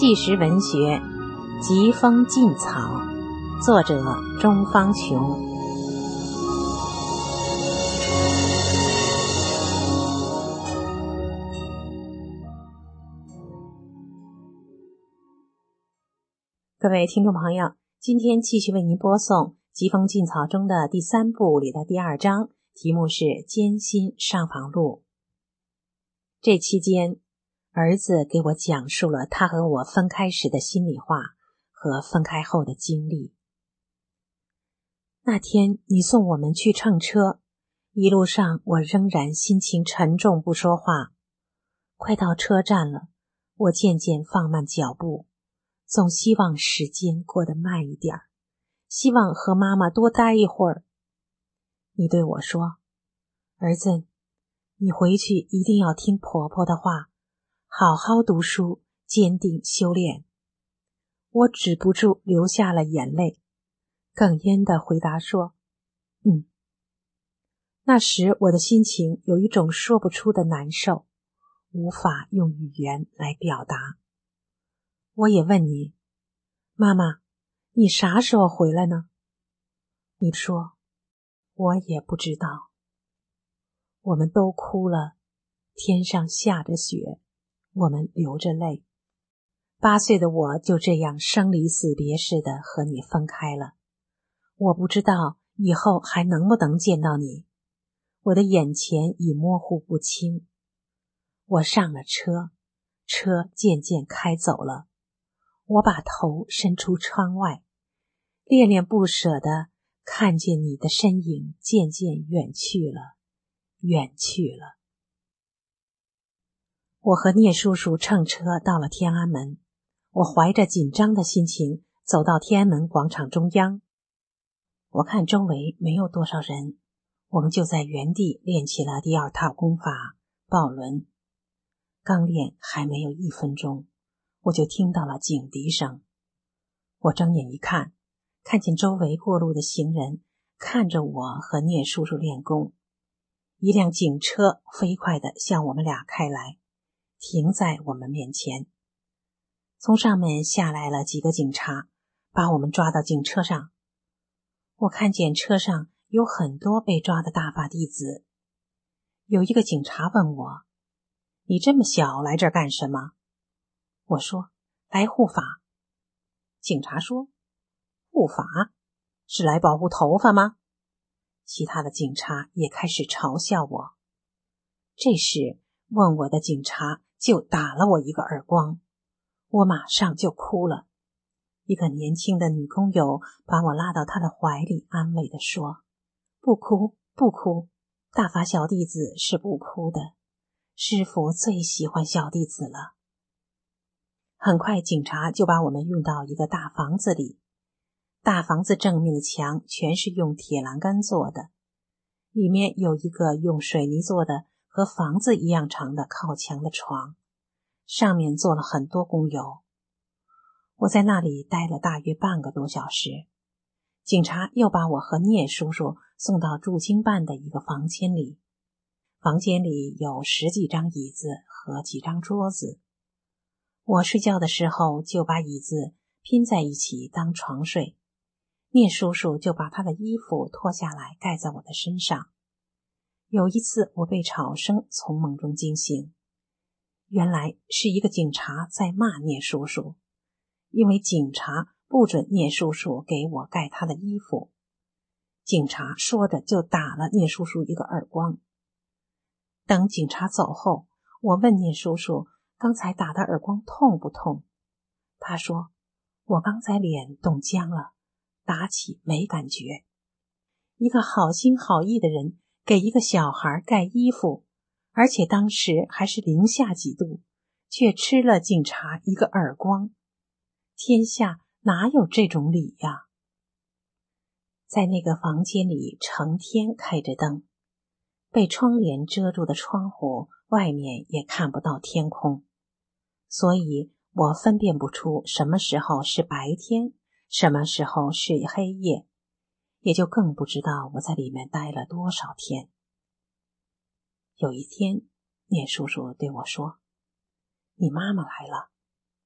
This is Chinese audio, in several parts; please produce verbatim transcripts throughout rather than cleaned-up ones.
纪实文学《疾风劲草》，作者钟方琼。各位听众朋友，今天继续为您播送《疾风劲草》中的第三部里的第二章，题目是《艰辛上访路》。这期间，儿子给我讲述了他和我分开时的心里话和分开后的经历。那天你送我们去乘车，一路上我仍然心情沉重不说话。快到车站了，我渐渐放慢脚步，总希望时间过得慢一点，希望和妈妈多待一会儿。你对我说，儿子，你回去一定要听婆婆的话，好好读书，坚定修炼。我止不住流下了眼泪，哽咽地回答说，嗯。那时我的心情有一种说不出的难受，无法用语言来表达。我也问你，妈妈，你啥时候回来呢？你说，我也不知道。我们都哭了，天上下着雪，我们流着泪。八岁的我就这样生离死别似的和你分开了。我不知道以后还能不能见到你，我的眼前已模糊不清。我上了车，车渐渐开走了。我把头伸出窗外，恋恋不舍地看见你的身影渐渐远去了，远去了。我和聂叔叔乘车到了天安门，我怀着紧张的心情走到天安门广场中央。我看周围没有多少人，我们就在原地练起了第二套功法抱轮。刚练还没有一分钟，我就听到了警笛声。我睁眼一看，看见周围过路的行人看着我和聂叔叔练功。一辆警车飞快地向我们俩开来，停在我们面前。从上面下来了几个警察，把我们抓到警车上。我看见车上有很多被抓的大法弟子。有一个警察问我，你这么小来这儿干什么？我说，来护法。警察说，护法？是来保护头发吗？其他的警察也开始嘲笑我。这时问我的警察就打了我一个耳光，我马上就哭了。一个年轻的女工友把我拉到她的怀里，安慰地说，不哭不哭，大法小弟子是不哭的，师父最喜欢小弟子了。很快警察就把我们运到一个大房子里，大房子正面的墙全是用铁栏杆做的，里面有一个用水泥做的和房子一样长的靠墙的床，上面坐了很多工友。我在那里待了大约半个多小时，警察又把我和聂叔叔送到驻京办的一个房间里。房间里有十几张椅子和几张桌子。我睡觉的时候就把椅子拼在一起当床睡，聂叔叔就把他的衣服脱下来盖在我的身上。有一次我被吵声从梦中惊醒，原来是一个警察在骂聂叔叔，因为警察不准聂叔叔给我盖他的衣服。警察说着就打了聂叔叔一个耳光。等警察走后，我问聂叔叔刚才打的耳光痛不痛？他说，我刚才脸冻僵了，打起没感觉。一个好心好意的人给一个小孩盖衣服，而且当时还是零下几度，却吃了警察一个耳光。天下哪有这种理呀？在那个房间里成天开着灯，被窗帘遮住的窗户外面也看不到天空，所以我分辨不出什么时候是白天，什么时候是黑夜，也就更不知道我在里面待了多少天。有一天，聂叔叔对我说，你妈妈来了。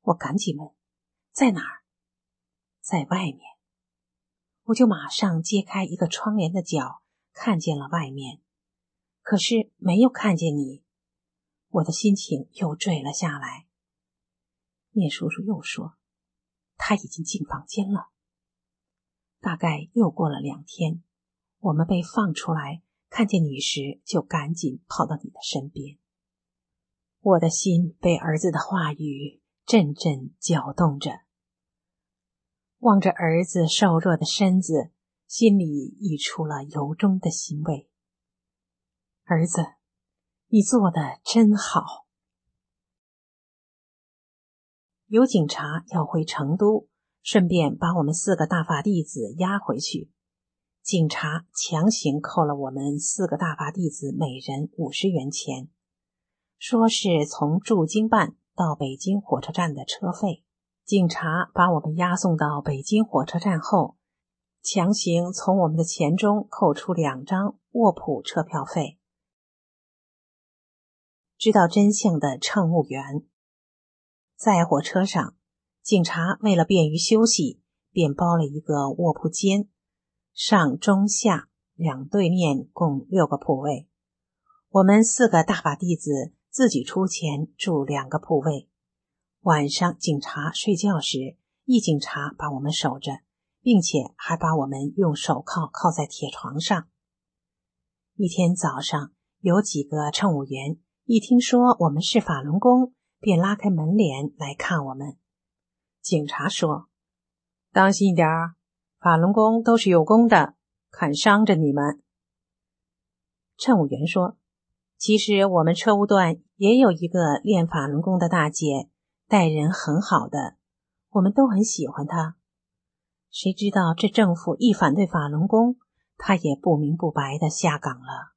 我赶紧问，在哪儿？在外面。我就马上揭开一个窗帘的角，看见了外面，可是没有看见你。我的心情又坠了下来。聂叔叔又说，他已经进房间了。大概又过了两天，我们被放出来，看见你时就赶紧跑到你的身边。我的心被儿子的话语阵阵搅动着，望着儿子瘦弱的身子，心里溢出了由衷的欣慰。儿子，你做得真好。有警察要回成都，顺便把我们四个大法弟子押回去。警察强行扣了我们四个大法弟子每人五十元钱，说是从驻京办到北京火车站的车费。警察把我们押送到北京火车站后，强行从我们的钱中扣出两张卧铺车票费。知道真相的乘务员在火车上，警察为了便于休息，便包了一个卧铺间，上中下两对面共六个铺位。我们四个大法弟子自己出钱住两个铺位。晚上警察睡觉时，一警察把我们守着，并且还把我们用手铐铐在铁床上。一天早上，有几个乘务员一听说我们是法轮功，便拉开门帘来看我们。警察说，当心一点儿，法轮功都是有功的，看伤着你们。乘务员说，其实我们车务段也有一个练法轮功的大姐，待人很好的，我们都很喜欢她。谁知道这政府一反对法轮功，她也不明不白地下岗了。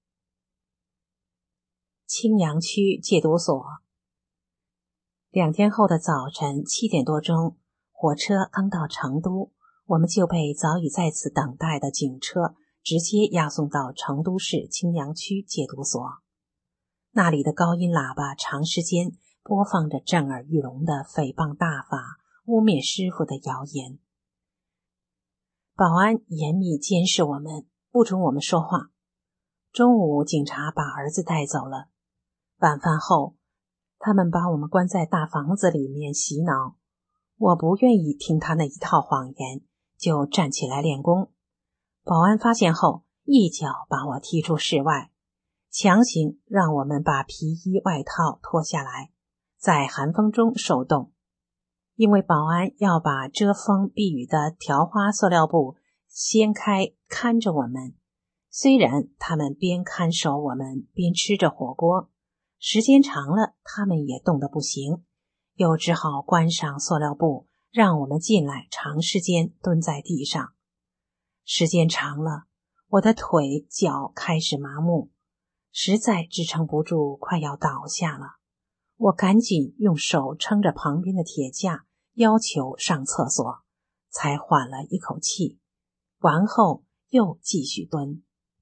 青阳区戒毒所。两天后的早晨七点多钟，火车刚到成都，我们就被早已在此等待的警车直接押送到成都市青阳区戒毒所。那里的高音喇叭长时间播放着震耳欲聋的诽谤大法、污蔑师父的谣言。保安严密监视我们，不准我们说话。中午警察把儿子带走了。晚饭后，他们把我们关在大房子里面洗脑。我不愿意听他那一套谎言，就站起来练功。保安发现后，一脚把我踢出室外，强行让我们把皮衣外套脱下来，在寒风中受冻。因为保安要把遮风避雨的条花塑料布掀开看着我们，虽然他们边看守我们边吃着火锅，时间长了他们也冻得不行，又只好关上塑料布，让我们进来长时间蹲在地上。时间长了，我的腿脚开始麻木，实在支撑不住，快要倒下了。我赶紧用手撑着旁边的铁架，要求上厕所，才缓了一口气。完后又继续蹲。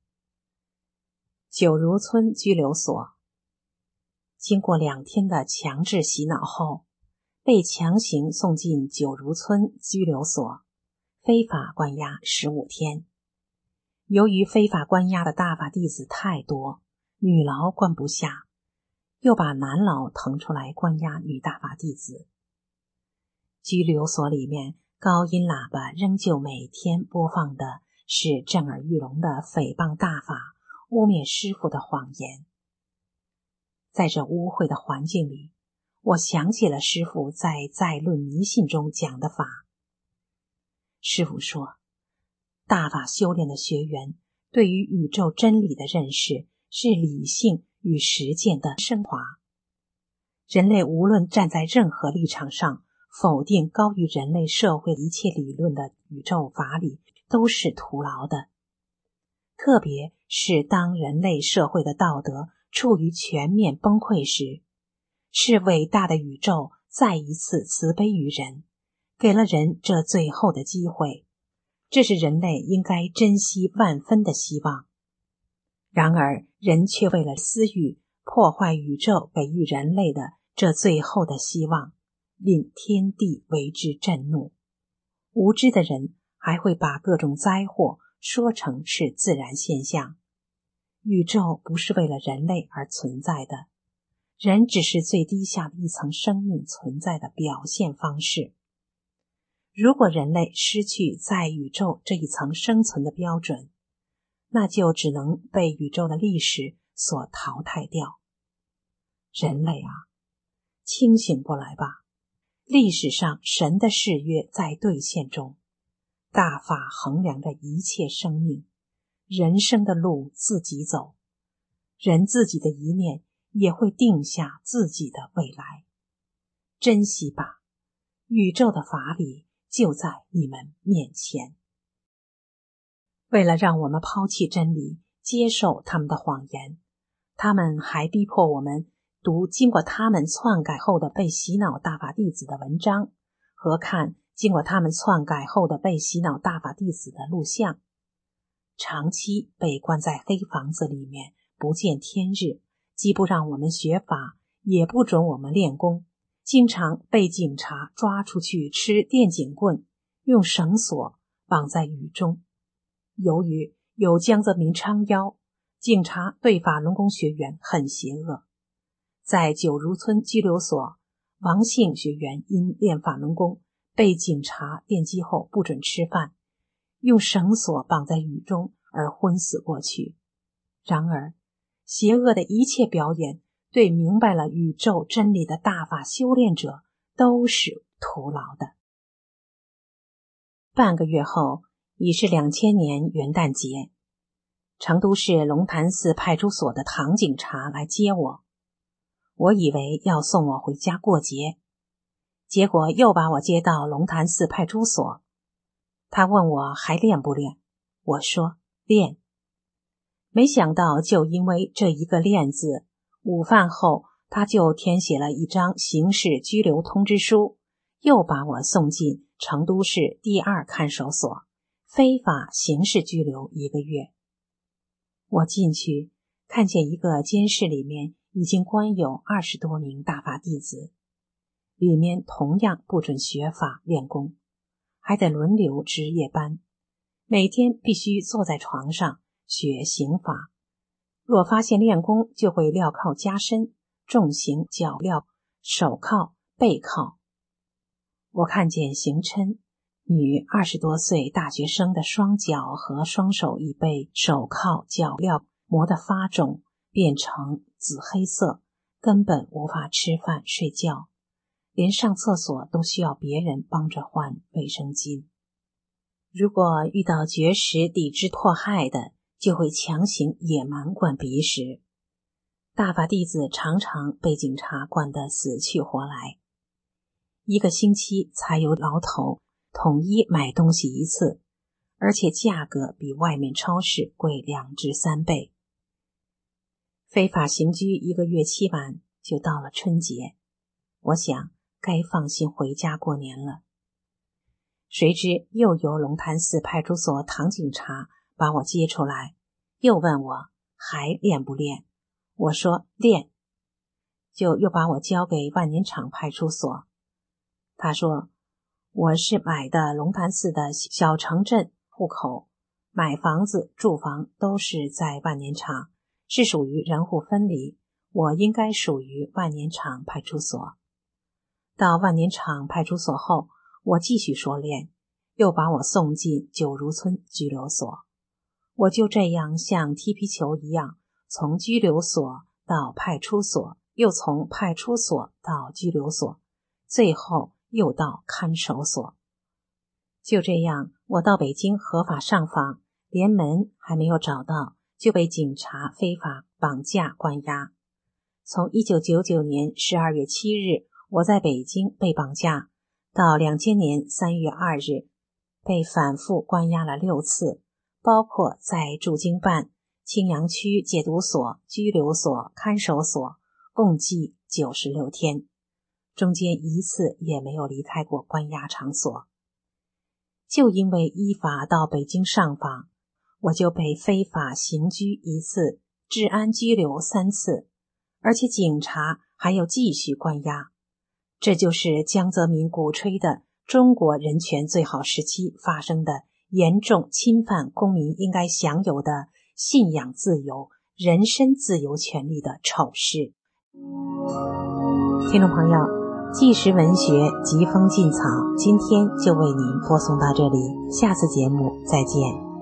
九如村拘留所。经过两天的强制洗脑后，被强行送进九如村拘留所，非法关押十五天。由于非法关押的大法弟子太多，女牢关不下，又把男牢腾出来关押女大法弟子。拘留所里面高音喇叭仍旧每天播放的是震耳欲聋的诽谤大法、污蔑师父的谎言。在这污秽的环境里，我想起了师父在《在论迷信》中讲的法。师父说，大法修炼的学员对于宇宙真理的认识是理性与实践的升华。人类无论站在任何立场上，否定高于人类社会一切理论的宇宙法理都是徒劳的。特别是当人类社会的道德处于全面崩溃时，是伟大的宇宙再一次慈悲于人，给了人这最后的机会，这是人类应该珍惜万分的希望。然而人却为了私欲破坏宇宙给予人类的这最后的希望， 令天地为之震怒。无知的人还会把各种灾祸说成是自然现象。宇宙不是为了人类而存在的，人只是最低下的一层生命存在的表现方式。如果人类失去在宇宙这一层生存的标准，那就只能被宇宙的历史所淘汰掉。人类啊，清醒过来吧！历史上神的誓约在兑现中，大法衡量着一切生命，人生的路自己走，人自己的一念也会定下自己的未来。珍惜吧，宇宙的法理就在你们面前。为了让我们抛弃真理，接受他们的谎言，他们还逼迫我们读经过他们篡改后的被洗脑大法弟子的文章，和看经过他们篡改后的被洗脑大法弟子的录像。长期被关在黑房子里面，不见天日，既不让我们学法，也不准我们练功，经常被警察抓出去吃电警棍，用绳索绑在狱中。由于有江泽民撑腰，警察对法轮功学员很邪恶。在九如村拘留所，王姓学员因练法轮功被警察电击后不准吃饭，用绳索绑在狱中而昏死过去。然而邪恶的一切表演对明白了宇宙真理的大法修炼者都是徒劳的。半个月后，已是两千年元旦节，成都市龙潭寺派出所的唐警察来接我。我以为要送我回家过节，结果又把我接到龙潭寺派出所。他问我还练不练，我说练。没想到就因为这一个练字，午饭后他就填写了一张刑事拘留通知书，又把我送进成都市第二看守所，非法刑事拘留一个月。我进去看见一个监室里面已经关有二十多名大法弟子，里面同样不准学法练功，还得轮流值夜班，每天必须坐在床上学刑法，若发现练功就会镣铐加身，重刑脚镣、手铐、背铐。我看见刑琛女二十多岁大学生的双脚和双手已被手铐、脚镣磨得发肿，变成紫黑色，根本无法吃饭睡觉，连上厕所都需要别人帮着换卫生巾。如果遇到绝食抵制迫害的，就会强行野蛮灌鼻屎。大法弟子常常被警察灌得死去活来，一个星期才有牢头统一买东西一次，而且价格比外面超市贵两至三倍。非法刑拘一个月期满，就到了春节，我想该放心回家过年了。谁知又由龙潭寺派出所唐警察把我接出来，又问我还练不练，我说练，就又把我交给万年场派出所。他说我是买的龙潭寺的小城镇户口，买房子住房都是在万年场，是属于人户分离，我应该属于万年场派出所。到万年场派出所后，我继续说练，又把我送进九如村拘留所。我就这样像踢皮球一样，从拘留所到派出所，又从派出所到拘留所，最后又到看守所。就这样，我到北京合法上访，连门还没有找到，就被警察非法绑架关押。从一九九九年十二月七日我在北京被绑架，到两千年三月二日被反复关押了六次，包括在驻京办、青阳区戒毒所、拘留所、看守所，共计九十六天，中间一次也没有离开过关押场所。就因为依法到北京上访，我就被非法刑拘一次，治安拘留三次，而且警察还要继续关押。 这就是江泽民鼓吹的中国人权最好时期发生的严重侵犯公民应该享有的信仰自由、人身自由权利的丑事。听众朋友，纪实文学疾风劲草今天就为您播送到这里，下次节目再见。